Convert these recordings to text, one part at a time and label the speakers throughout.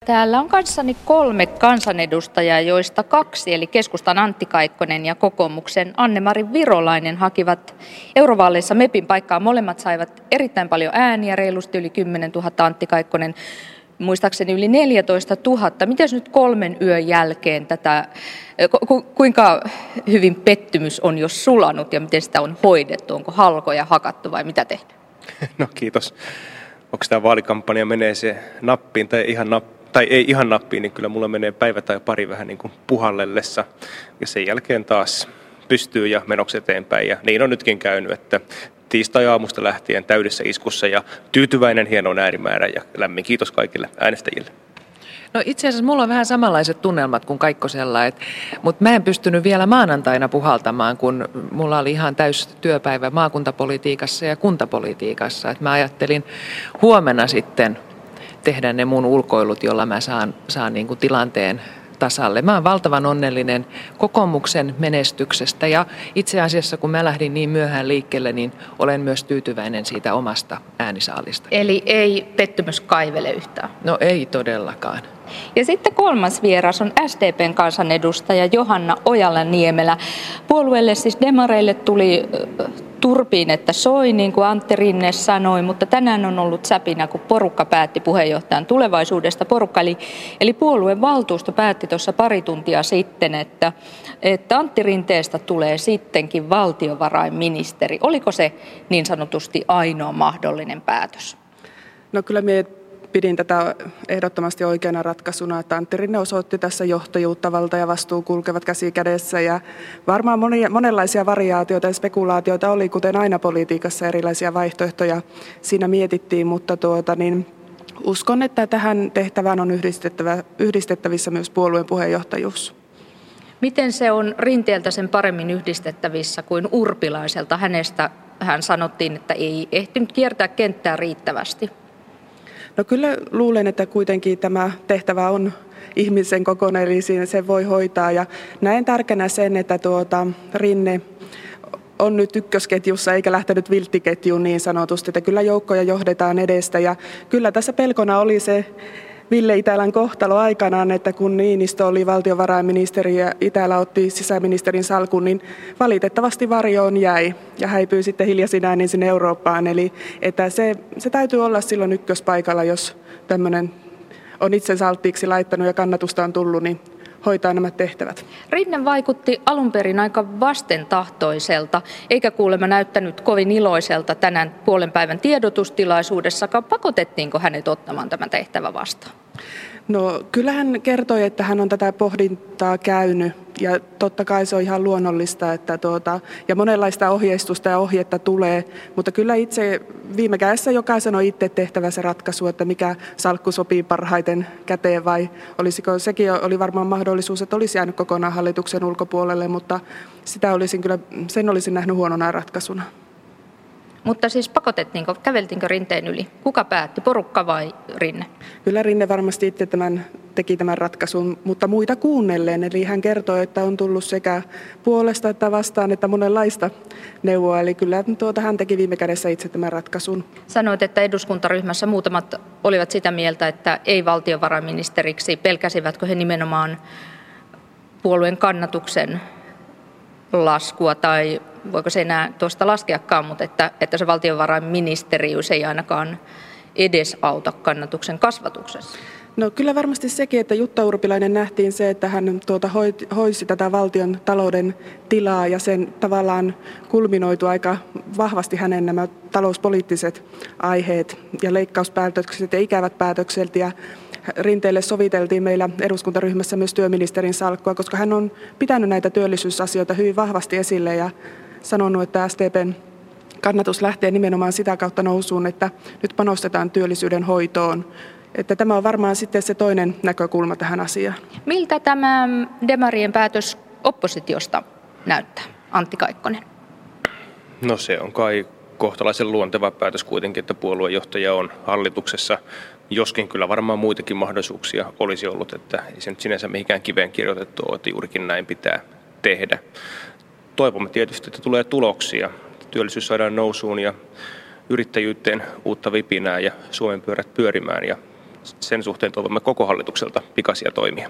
Speaker 1: Täällä on kanssani 3 kansanedustajaa, joista 2, eli keskustan Antti Kaikkonen ja kokoomuksen Anne-Mari Virolainen, hakivat eurovaaleissa MEPin paikkaa. Molemmat saivat erittäin paljon ääniä, reilusti yli 10 000, Antti Kaikkonen muistaakseni yli 14 000. Mites nyt 3 yön jälkeen kuinka hyvin pettymys on jo sulanut ja miten sitä on hoidettu? Onko halkoja hakattu vai mitä tehty?
Speaker 2: No kiitos. Onko tämä vaalikampanja menee se nappiin tai ei ihan nappiin, niin kyllä mulla menee päivä tai pari vähän niin kuin puhallellessa. Ja sen jälkeen taas pystyy ja menoksi eteenpäin. Ja niin on nytkin käynyt, että tiistai-aamusta lähtien täydessä iskussa ja tyytyväinen hienoon äänimäärään ja lämmin kiitos kaikille äänestäjille.
Speaker 3: No itse asiassa mulla on vähän samanlaiset tunnelmat kuin Kaikkosella, mutta mä en pystynyt vielä maanantaina puhaltamaan, kun mulla oli ihan täys työpäivä maakuntapolitiikassa ja kuntapolitiikassa. Et mä ajattelin huomenna sitten tehdä ne mun ulkoilut, jolla mä saan niin kuin tilanteen tasalle. Mä oon valtavan onnellinen kokoomuksen menestyksestä ja itse asiassa kun mä lähdin niin myöhään liikkeelle, niin olen myös tyytyväinen siitä omasta äänisaalista.
Speaker 1: Eli ei pettymys kaivele yhtään?
Speaker 3: No ei todellakaan.
Speaker 1: Ja sitten 3. vieras on SDPn kansanedustaja Johanna Ojala-Niemelä. Puolueelle siis demareille tuli turpiin, että soi, niin kuin Antti Rinne sanoi, mutta tänään on ollut säpinä, kun porukka päätti puheenjohtajan tulevaisuudesta. Eli puolueen valtuusto päätti tuossa pari tuntia sitten, että Antti Rinteestä tulee sittenkin valtiovarainministeri. Oliko se niin sanotusti ainoa mahdollinen päätös?
Speaker 4: No kyllä pidin tätä ehdottomasti oikeana ratkaisuna, että Antti Rinne osoitti tässä johtajuutta, valta ja vastuu kulkevat käsi kädessä ja varmaan monenlaisia variaatioita ja spekulaatioita oli, kuten aina politiikassa erilaisia vaihtoehtoja siinä mietittiin, mutta uskon, että tähän tehtävään on yhdistettävissä myös puolueen puheenjohtajuus.
Speaker 1: Miten se on Rinteeltä sen paremmin yhdistettävissä kuin Urpilaiselta? Hän sanottiin, että ei ehtinyt kiertää kenttää riittävästi.
Speaker 4: No kyllä luulen, että kuitenkin tämä tehtävä on ihmisen kokoinen, eli sen voi hoitaa. Ja näen tärkeänä sen, että Rinne on nyt ykkösketjussa eikä lähtenyt vilttiketjuun niin sanotusti, että kyllä joukkoja johdetaan edestä. Ja kyllä tässä pelkona oli se Ville Itälän kohtalo aikanaan, että kun Niinistö oli valtiovarainministeri ja Itälä otti sisäministerin salkun, niin valitettavasti varjoon jäi ja häipyi sitten hiljaisin äänin sinne Eurooppaan. Eli että se täytyy olla silloin ykköspaikalla, jos tämmöinen on itsensä alttiiksi laittanut ja kannatusta on tullut, niin hoitaa nämä tehtävät.
Speaker 1: Rinne vaikutti alun perin aika vastentahtoiselta, eikä kuulemma näyttänyt kovin iloiselta tänään puolen päivän tiedotustilaisuudessakaan. Pakotettiinko hänet ottamaan tämän tehtävän vastaan?
Speaker 4: No kyllä hän kertoi, että hän on tätä pohdintaa käynyt ja totta kai se on ihan luonnollista, että ja monenlaista ohjeistusta ja ohjetta tulee, mutta kyllä itse viime kädessä jokaisen on itse tehtävä se ratkaisu, että mikä salkku sopii parhaiten käteen vai olisiko, sekin oli varmaan mahdollisuus, että olisi jäänyt kokonaan hallituksen ulkopuolelle, mutta sen olisin nähnyt huonona ratkaisuna.
Speaker 1: Mutta siis käveltiinkö Rinteen yli? Kuka päätti, porukka vai Rinne?
Speaker 4: Kyllä Rinne varmasti itse teki tämän ratkaisun, mutta muita kuunnellen. Eli hän kertoi, että on tullut sekä puolesta että vastaan, että monenlaista neuvoa. Eli kyllä hän teki viime kädessä itse tämän ratkaisun.
Speaker 1: Sanoit, että eduskuntaryhmässä muutamat olivat sitä mieltä, että ei valtiovarainministeriksi. Pelkäsivätkö he nimenomaan puolueen kannatuksen laskua tai voiko se enää tuosta laskeakaan, mutta että se valtiovarainministeriys ei ainakaan edesauta kannatuksen kasvatuksessa?
Speaker 4: No kyllä varmasti sekin, että Jutta Urpilainen nähtiin se, että hän hoisi tätä valtion talouden tilaa ja sen tavallaan kulminoitu aika vahvasti hänen nämä talouspoliittiset aiheet ja leikkauspäätökset ja ikävät päätökset ja Rinteelle soviteltiin meillä eduskuntaryhmässä myös työministerin salkkua, koska hän on pitänyt näitä työllisyysasioita hyvin vahvasti esille ja sanonut, että SDPn kannatus lähtee nimenomaan sitä kautta nousuun, että nyt panostetaan työllisyyden hoitoon. Että tämä on varmaan sitten se toinen näkökulma tähän asiaan.
Speaker 1: Miltä tämä demarien päätös oppositiosta näyttää, Antti Kaikkonen?
Speaker 2: No se on kai kohtalaisen luonteva päätös kuitenkin, että puoluejohtaja on hallituksessa, joskin kyllä varmaan muitakin mahdollisuuksia olisi ollut, että ei se nyt sinänsä mihinkään kiveen kirjoitettu ole, että juurikin näin pitää tehdä. Toivomme tietysti, että tulee tuloksia, työllisyys saadaan nousuun ja yrittäjyyteen uutta vipinää ja Suomen pyörät pyörimään ja sen suhteen toivomme koko hallitukselta pikaisia toimia.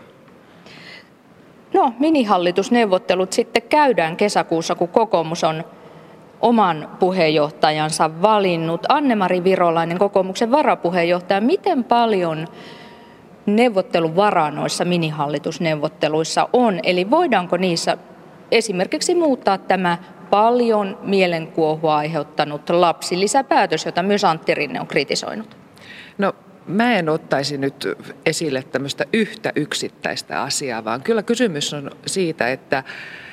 Speaker 1: No, minihallitusneuvottelut sitten käydään kesäkuussa, kun kokoomus on oman puheenjohtajansa valinnut. Anne-Mari Virolainen, kokoomuksen varapuheenjohtaja, miten paljon neuvotteluvaraa noissa minihallitusneuvotteluissa on? Eli voidaanko niissä esimerkiksi muuttaa tämä paljon mielenkuohua aiheuttanut lapsilisäpäätös, jota myös Antti Rinne on kritisoinut?
Speaker 3: No, mä en ottaisi nyt esille tämmöistä yhtä yksittäistä asiaa, vaan kyllä kysymys on siitä, että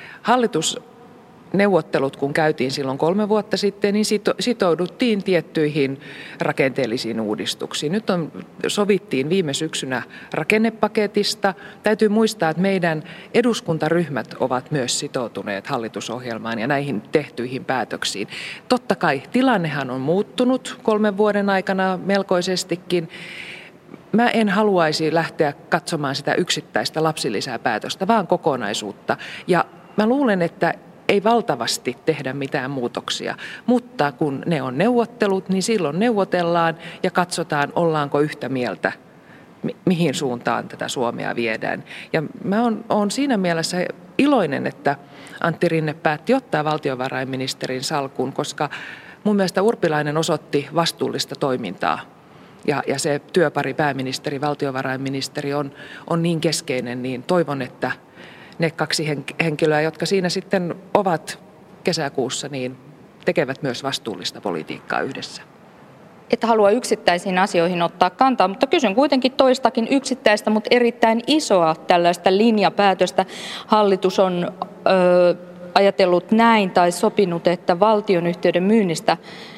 Speaker 3: hallitusneuvottelut, kun käytiin silloin 3 vuotta sitten, niin sitouduttiin tiettyihin rakenteellisiin uudistuksiin. Nyt sovittiin viime syksynä rakennepaketista. Täytyy muistaa, että meidän eduskuntaryhmät ovat myös sitoutuneet hallitusohjelmaan ja näihin tehtyihin päätöksiin. Totta kai tilannehan on muuttunut 3 vuoden aikana melkoisestikin. Mä en haluaisi lähteä katsomaan sitä yksittäistä lapsilisäpäätöstä, vaan kokonaisuutta. Ja mä luulen, että ei valtavasti tehdä mitään muutoksia, mutta kun ne on neuvottelut, niin silloin neuvotellaan ja katsotaan, ollaanko yhtä mieltä, mihin suuntaan tätä Suomea viedään. Ja mä oon siinä mielessä iloinen, että Antti Rinne päätti ottaa valtiovarainministerin salkun, koska mun mielestä Urpilainen osoitti vastuullista toimintaa. Ja se työpari pääministeri, valtiovarainministeri on niin keskeinen, niin toivon, että ne 2 henkilöä, jotka siinä sitten ovat kesäkuussa, niin tekevät myös vastuullista politiikkaa yhdessä.
Speaker 1: Et halua yksittäisiin asioihin ottaa kantaa, mutta kysyn kuitenkin toistakin yksittäistä, mutta erittäin isoa tällaista linjapäätöstä. Hallitus on ajatellut näin tai sopinut, että valtionyhtiöiden myynnistä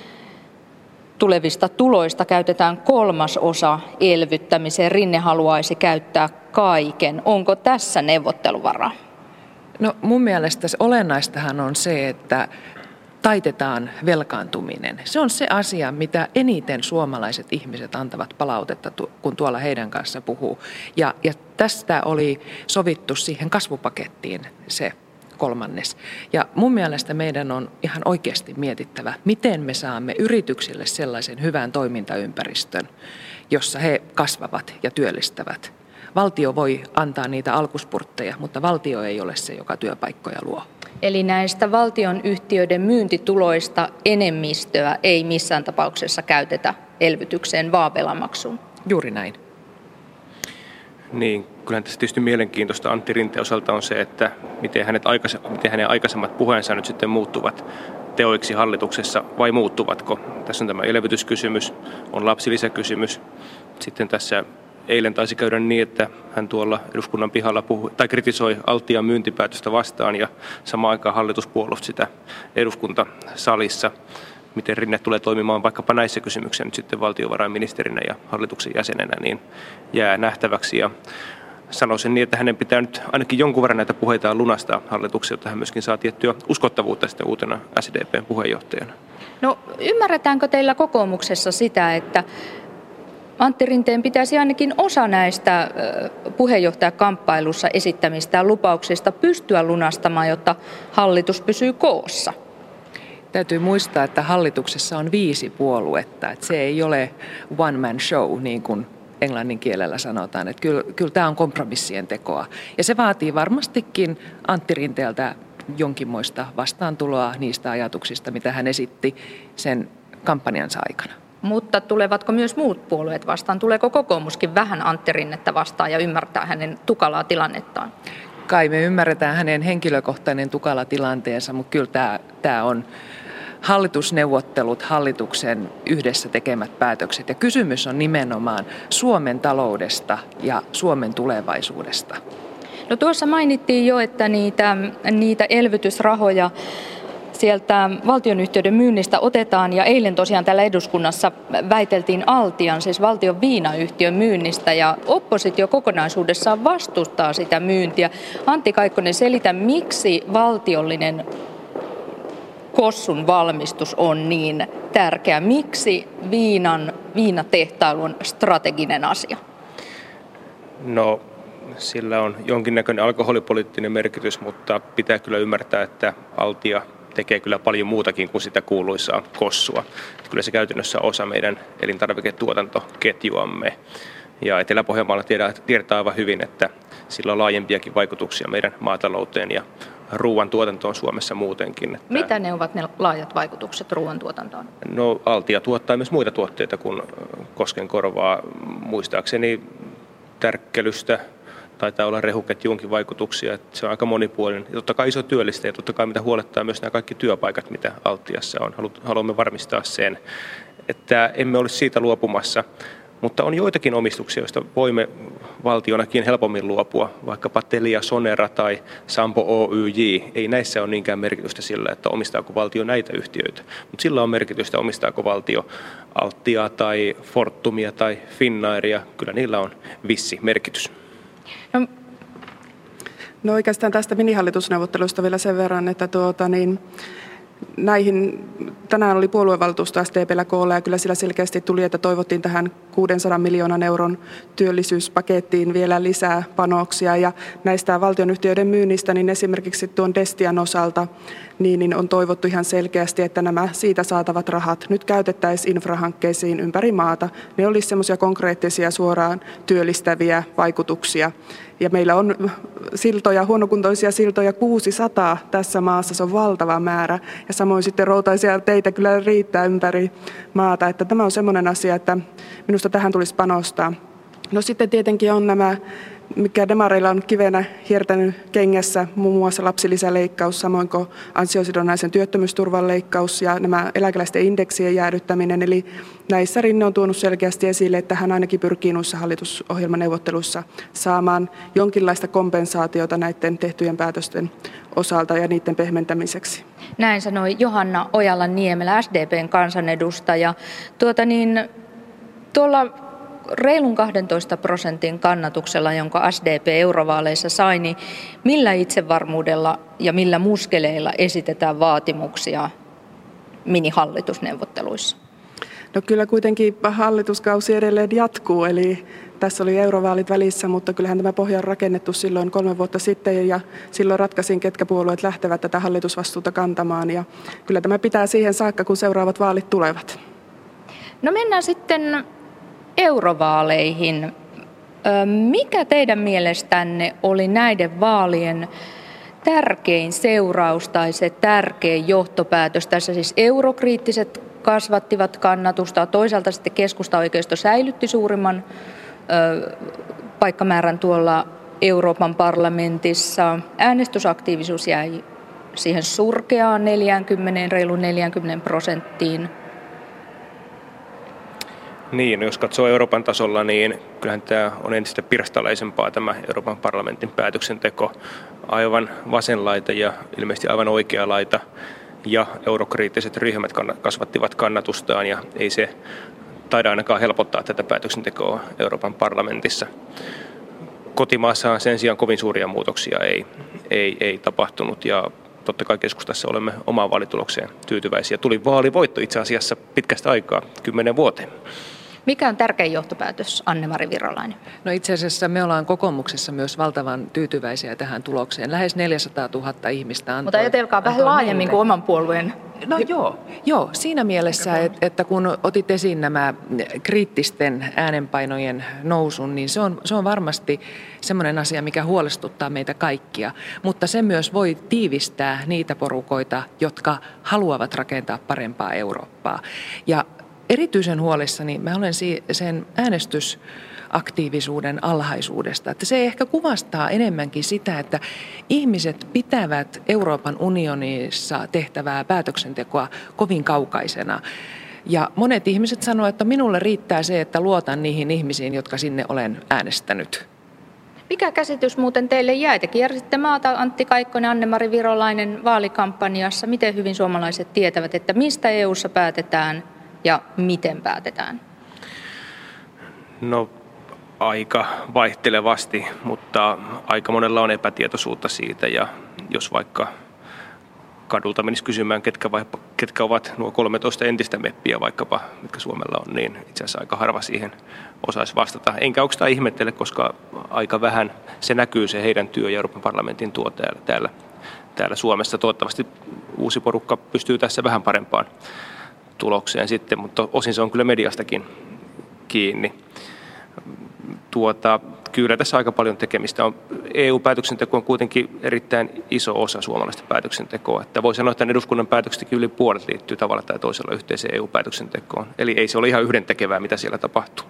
Speaker 1: tulevista tuloista käytetään 1/3 elvyttämiseen. Rinne haluaisi käyttää kaiken. Onko tässä neuvotteluvaraa?
Speaker 3: No mun mielestä olennaistahan on se, että taitetaan velkaantuminen. Se on se asia, mitä eniten suomalaiset ihmiset antavat palautetta, kun tuolla heidän kanssa puhuu. Ja tästä oli sovittu siihen kasvupakettiin se 1/3. Ja mun mielestä meidän on ihan oikeasti mietittävä, miten me saamme yrityksille sellaisen hyvän toimintaympäristön, jossa he kasvavat ja työllistävät. Valtio voi antaa niitä alkuspurtteja, mutta valtio ei ole se, joka työpaikkoja luo.
Speaker 1: Eli näistä valtion yhtiöiden myyntituloista enemmistöä ei missään tapauksessa käytetä elvytykseen, vaan velanmaksuun.
Speaker 3: Juuri näin.
Speaker 2: Niin, kyllähän tässä tietysti mielenkiintoista Antti Rinteen osalta on se, että miten hänen aikaisemmat puheensa nyt sitten muuttuvat teoiksi hallituksessa vai muuttuvatko. Tässä on tämä elvytyskysymys, on lapsilisäkysymys. Sitten tässä eilen taisi käydä niin, että hän tuolla eduskunnan pihalla kritisoi Altian myyntipäätöstä vastaan ja samaan aikaan hallitus puolusti sitä eduskuntasalissa. Miten Rinne tulee toimimaan vaikkapa näissä kysymyksissä nyt sitten valtiovarainministerinä ja hallituksen jäsenenä, niin jää nähtäväksi. Ja sanoisin niin, että hänen pitää nyt ainakin jonkun verran näitä puheitaan lunastaa hallituksia, jotta hän myöskin saa tiettyä uskottavuutta sitten uutena SDP:n puheenjohtajana.
Speaker 1: No, ymmärretäänkö teillä kokoomuksessa sitä, että Antti Rinteen pitäisi ainakin osa näistä puheenjohtajakamppailussa esittämistä lupauksista pystyä lunastamaan, jotta hallitus pysyy koossa?
Speaker 3: Täytyy muistaa, että hallituksessa on 5 puoluetta, että se ei ole one man show, niin kuin englannin kielellä sanotaan. Että kyllä tämä on kompromissien tekoa. Ja se vaatii varmastikin Antti Rinteeltä jonkinmoista vastaantuloa niistä ajatuksista, mitä hän esitti sen kampanjansa aikana.
Speaker 1: Mutta tulevatko myös muut puolueet vastaan? Tuleeko kokoomuskin vähän Antti Rinnettä vastaan ja ymmärtää hänen tukalaa tilannettaan?
Speaker 3: Kai me ymmärretään hänen henkilökohtainen tukala tilanteensa, mutta kyllä tämä on hallitusneuvottelut, hallituksen yhdessä tekemät päätökset. Ja kysymys on nimenomaan Suomen taloudesta ja Suomen tulevaisuudesta.
Speaker 1: No tuossa mainittiin jo, että niitä elvytysrahoja sieltä valtionyhtiöiden myynnistä otetaan, ja eilen tosiaan täällä eduskunnassa väiteltiin Altian, siis valtion viinayhtiön myynnistä, ja oppositio kokonaisuudessaan vastustaa sitä myyntiä. Antti Kaikkonen, selitä, miksi valtiollinen kossun valmistus on niin tärkeä? Miksi viinatehtailu on strateginen asia?
Speaker 2: No, sillä on jonkinnäköinen alkoholipoliittinen merkitys, mutta pitää kyllä ymmärtää, että Altia tekee kyllä paljon muutakin kuin sitä kuuluisaa kossua. Kyllä se käytännössä on osa meidän elintarviketuotantoketjuamme. Ja Etelä-Pohjanmaalla tiedetään aivan hyvin, että sillä on laajempiakin vaikutuksia meidän maatalouteen ja ruoantuotantoon Suomessa muutenkin.
Speaker 1: Mitä ne ovat ne laajat vaikutukset ruoantuotantoon?
Speaker 2: No, Altia tuottaa myös muita tuotteita kuin Koskenkorvaa. Muistaakseni tärkkelystä taitaa olla rehuketjuunkin vaikutuksia. Että se on aika monipuolinen. Ja totta kai iso työllistäjä ja totta kai mitä huolettaa myös nämä kaikki työpaikat, mitä Altiassa on. Haluamme varmistaa sen, että emme ole siitä luopumassa. Mutta on joitakin omistuksia, joista voimme valtionakin helpommin luopua, vaikkapa Telia Sonera tai Sampo Oyj. Ei näissä ole niinkään merkitystä sillä, että omistaako valtio näitä yhtiöitä, mutta sillä on merkitystä, omistaako valtio Altia tai Fortumia tai Finnairia. Kyllä niillä on vissi merkitys.
Speaker 4: No oikeastaan tästä minihallitusneuvottelusta vielä sen verran, että näihin, tänään oli puoluevaltuusto SDP:llä koolla ja kyllä sillä selkeästi tuli, että toivottiin tähän 600 miljoonan euron työllisyyspakettiin vielä lisää panoksia. Ja näistä valtionyhtiöiden myynnistä, niin esimerkiksi tuon Destian osalta, niin on toivottu ihan selkeästi, että nämä siitä saatavat rahat nyt käytettäisiin infrahankkeisiin ympäri maata. Ne olisi semmoisia konkreettisia suoraan työllistäviä vaikutuksia. Ja meillä on siltoja, huonokuntoisia siltoja 600 tässä maassa, se on valtava määrä. Ja samoin sitten routaisia teitä kyllä riittää ympäri maata, että tämä on semmoinen asia, että minusta tähän tulisi panostaa. No sitten tietenkin on nämä, mikä demareilla on kivenä hiertänyt kengässä, muun muassa lapsilisäleikkaus, samoin kuin ansiosidonnaisen työttömyysturvan leikkaus ja nämä eläkeläisten indeksien jäädyttäminen. Eli näissä Rinne on tuonut selkeästi esille, että hän ainakin pyrkii noissa hallitusohjelmaneuvotteluissa saamaan jonkinlaista kompensaatiota näiden tehtyjen päätösten osalta ja niiden pehmentämiseksi.
Speaker 1: Näin sanoi Johanna Ojala-Niemelä, SDP:n kansanedustaja. Tuolla reilun 12% kannatuksella, jonka SDP eurovaaleissa sai, niin millä itsevarmuudella ja millä muskeleilla esitetään vaatimuksia minihallitusneuvotteluissa?
Speaker 4: No kyllä kuitenkin hallituskausi edelleen jatkuu, eli tässä oli eurovaalit välissä, mutta kyllähän tämä pohja on rakennettu silloin 3 vuotta sitten ja silloin ratkaisin, ketkä puolueet lähtevät tätä hallitusvastuuta kantamaan ja kyllä tämä pitää siihen saakka, kun seuraavat vaalit tulevat. No
Speaker 1: mennään sitten eurovaaleihin. Mikä teidän mielestänne oli näiden vaalien tärkein seuraus tai se tärkein johtopäätös? Tässä siis eurokriittiset kasvattivat kannatusta, toisaalta sitten keskustaoikeisto säilytti suurimman paikkamäärän tuolla Euroopan parlamentissa. Äänestysaktiivisuus jäi siihen surkeaan 40, reilun 40%.
Speaker 2: Niin, jos katsoo Euroopan tasolla, niin kyllähän tämä on entistä pirstaleisempaa tämä Euroopan parlamentin päätöksenteko. Aivan vasen laita ja ilmeisesti aivan oikea laita ja eurokriittiset ryhmät kasvattivat kannatustaan ja ei se taida ainakaan helpottaa tätä päätöksentekoa Euroopan parlamentissa. Kotimaassa sen sijaan kovin suuria muutoksia ei tapahtunut ja totta kai keskustassa olemme omaan vaalitulokseen tyytyväisiä. Tuli vaalivoitto itse asiassa pitkästä aikaa, 10 vuoteen.
Speaker 1: Mikä on tärkein johtopäätös, Anne-Mari Virolainen?
Speaker 3: No itse asiassa me ollaan kokoomuksessa myös valtavan tyytyväisiä tähän tulokseen. Lähes 400 000 ihmistä antoi.
Speaker 1: Mutta ajatelkaa vähän laajemmin kuin oman puolueen.
Speaker 3: No joo, siinä mielessä, että kun otit esiin nämä kriittisten äänenpainojen nousun, niin se on varmasti semmoinen asia, mikä huolestuttaa meitä kaikkia. Mutta se myös voi tiivistää niitä porukoita, jotka haluavat rakentaa parempaa Eurooppaa. Ja erityisen huolissani mä olen sen äänestysaktiivisuuden alhaisuudesta. Että se ehkä kuvastaa enemmänkin sitä, että ihmiset pitävät Euroopan unionissa tehtävää päätöksentekoa kovin kaukaisena. Ja monet ihmiset sanoo, että minulle riittää se, että luotan niihin ihmisiin, jotka sinne olen äänestänyt.
Speaker 1: Mikä käsitys muuten teille jäi? Te kiersitte maata, Antti Kaikkonen, Anne-Mari Virolainen vaalikampanjassa. Miten hyvin suomalaiset tietävät, että mistä EU:ssa päätetään ja miten päätetään?
Speaker 2: No aika vaihtelevasti, mutta aika monella on epätietoisuutta siitä ja jos vaikka kadulta menisi kysymään, ketkä ovat nuo 13 entistä meppiä vaikkapa, mitkä Suomella on, niin itse asiassa aika harva siihen osaisi vastata. Enkä oikeastaan ihmettele, koska aika vähän se näkyy se heidän työ ja Euroopan parlamentin tuo täällä Suomessa. Toivottavasti uusi porukka pystyy tässä vähän parempaan tulokseen sitten, mutta osin se on kyllä mediastakin kiinni. Kyllä tässä aika paljon tekemistä on. EU-päätöksenteko on kuitenkin erittäin iso osa suomalaista päätöksentekoa. Että voi sanoa, että eduskunnan päätöksestäkin yli puolet liittyy tavalla tai toisella yhteiseen EU-päätöksentekoon. Eli ei se ole ihan yhdentekevää, mitä siellä tapahtuu.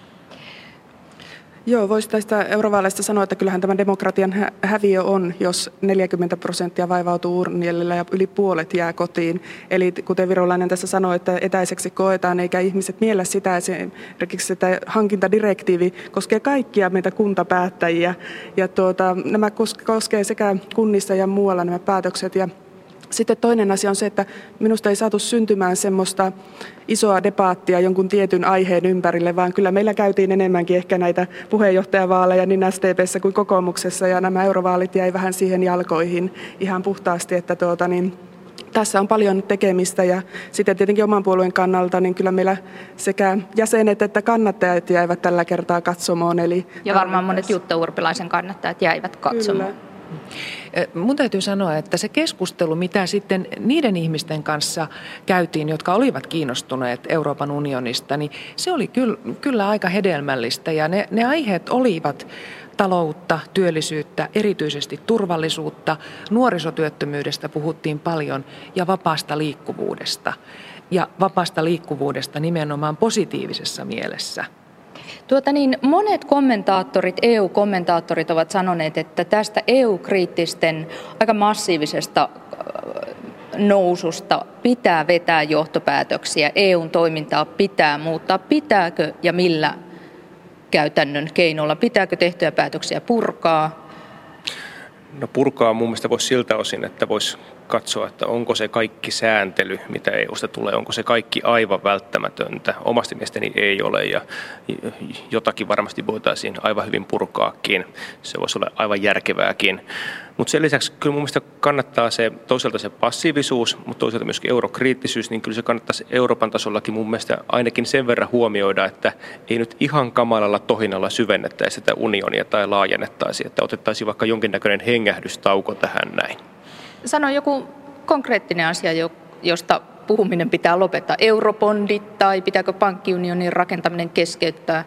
Speaker 4: Joo, voisi tästä eurovaaleista sanoa, että kyllähän tämä demokratian häviö on, jos 40% vaivautuu urnilla ja yli puolet jää kotiin. Eli kuten Virolainen tässä sanoi, että etäiseksi koetaan, eikä ihmiset miellä sitä, esimerkiksi että hankintadirektiivi koskee kaikkia meitä kuntapäättäjiä. Ja nämä koskee sekä kunnissa ja muualla nämä päätökset. Ja sitten toinen asia on se, että minusta ei saatu syntymään semmoista isoa debaattia jonkun tietyn aiheen ympärille, vaan kyllä meillä käytiin enemmänkin ehkä näitä puheenjohtajavaaleja niin SDP:ssä kuin kokoomuksessa, ja nämä eurovaalit jäi vähän siihen jalkoihin ihan puhtaasti, että tässä on paljon tekemistä, ja sitten tietenkin oman puolueen kannalta, niin kyllä meillä sekä jäsenet että kannattajat jäivät tällä kertaa katsomoon.
Speaker 1: Ja varmaan monet Jutta Urpilaisen kannattajat jäivät katsomoon.
Speaker 4: Kyllä.
Speaker 3: Mun täytyy sanoa, että se keskustelu, mitä sitten niiden ihmisten kanssa käytiin, jotka olivat kiinnostuneet Euroopan unionista, niin se oli kyllä aika hedelmällistä. Ja ne aiheet olivat taloutta, työllisyyttä, erityisesti turvallisuutta, nuorisotyöttömyydestä puhuttiin paljon ja vapaasta liikkuvuudesta. Ja vapaasta liikkuvuudesta nimenomaan positiivisessa mielessä.
Speaker 1: Monet kommentaattorit, EU-kommentaattorit ovat sanoneet, että tästä EU-kriittisten aika massiivisesta noususta pitää vetää johtopäätöksiä, EUn toimintaa pitää muuttaa. Pitääkö ja millä käytännön keinoilla? Pitääkö tehtyjä päätöksiä purkaa?
Speaker 2: No purkaa mun mielestä voisi siltä osin, että voisi katsoa, että onko se kaikki sääntely, mitä EUsta tulee, onko se kaikki aivan välttämätöntä. Omasta mielestäni ei ole, ja jotakin varmasti voitaisiin aivan hyvin purkaakin. Se voisi olla aivan järkevääkin. Mutta sen lisäksi kyllä mun mielestä kannattaa toisaalta se passiivisuus, mutta toisaalta myöskin eurokriittisyys, niin kyllä se kannattaisi Euroopan tasollakin mun mielestä ainakin sen verran huomioida, että ei nyt ihan kamalalla tohinalla syvennettäisi sitä unionia tai laajennettaisi, että otettaisiin vaikka jonkinnäköinen hengähdystauko tähän näin.
Speaker 1: Sano joku konkreettinen asia, josta puhuminen pitää lopettaa. Eurobondit tai pitääkö pankkiunionin rakentaminen keskeyttää?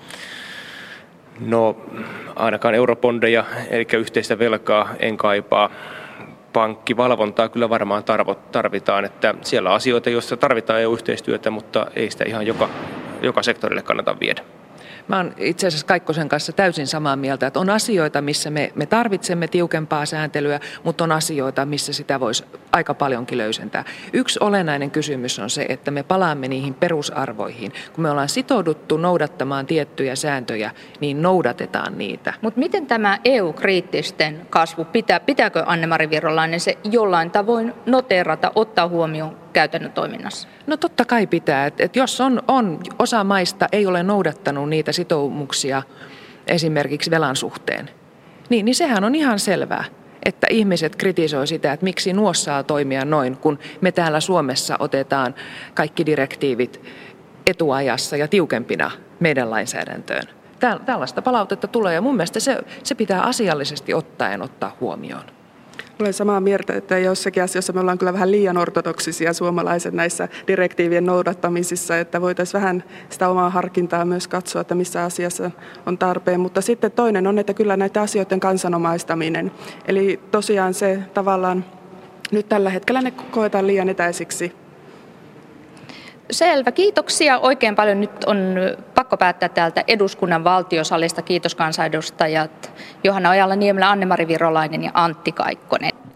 Speaker 2: No ainakaan eurobondeja, eli yhteistä velkaa en kaipaa. Pankkivalvontaa kyllä varmaan tarvitaan, että siellä on asioita, joissa tarvitaan EU-yhteistyötä, mutta ei sitä ihan joka sektorille kannata viedä.
Speaker 3: Mä oon itse asiassa Kaikkosen kanssa täysin samaa mieltä, että on asioita, missä me tarvitsemme tiukempaa sääntelyä, mutta on asioita, missä sitä voisi aika paljonkin löysentää. Yksi olennainen kysymys on se, että me palaamme niihin perusarvoihin. Kun me ollaan sitouduttu noudattamaan tiettyjä sääntöjä, niin noudatetaan niitä.
Speaker 1: Mutta miten tämä EU-kriittisten kasvu, pitääkö Anne-Mari Virolainen se jollain tavoin noteerata, ottaa huomioon käytännön toiminnassa?
Speaker 3: No totta kai pitää, että jos on osa maista ei ole noudattanut niitä sitoumuksia esimerkiksi velan suhteen, niin sehän on ihan selvää, että ihmiset kritisoi sitä, että miksi nuo saa toimia noin, kun me täällä Suomessa otetaan kaikki direktiivit etuajassa ja tiukempina meidän lainsäädäntöön. Tällaista palautetta tulee, ja mun mielestä se pitää asiallisesti ottaa huomioon.
Speaker 4: Olen samaa mieltä, että jossakin asiassa me ollaan kyllä vähän liian ortodoksisia suomalaiset näissä direktiivien noudattamisissa, että voitaisiin vähän sitä omaa harkintaa myös katsoa, että missä asiassa on tarpeen. Mutta sitten toinen on, että kyllä näitä asioiden kansanomaistaminen. Eli tosiaan se tavallaan nyt tällä hetkellä ne koetaan liian etäisiksi.
Speaker 1: Selvä. Kiitoksia oikein paljon. Nyt on pakko päättää täältä eduskunnan valtiosalista. Kiitos kansanedustajat Johanna Ojala-Niemelä, Anne-Mari Virolainen ja Antti Kaikkonen.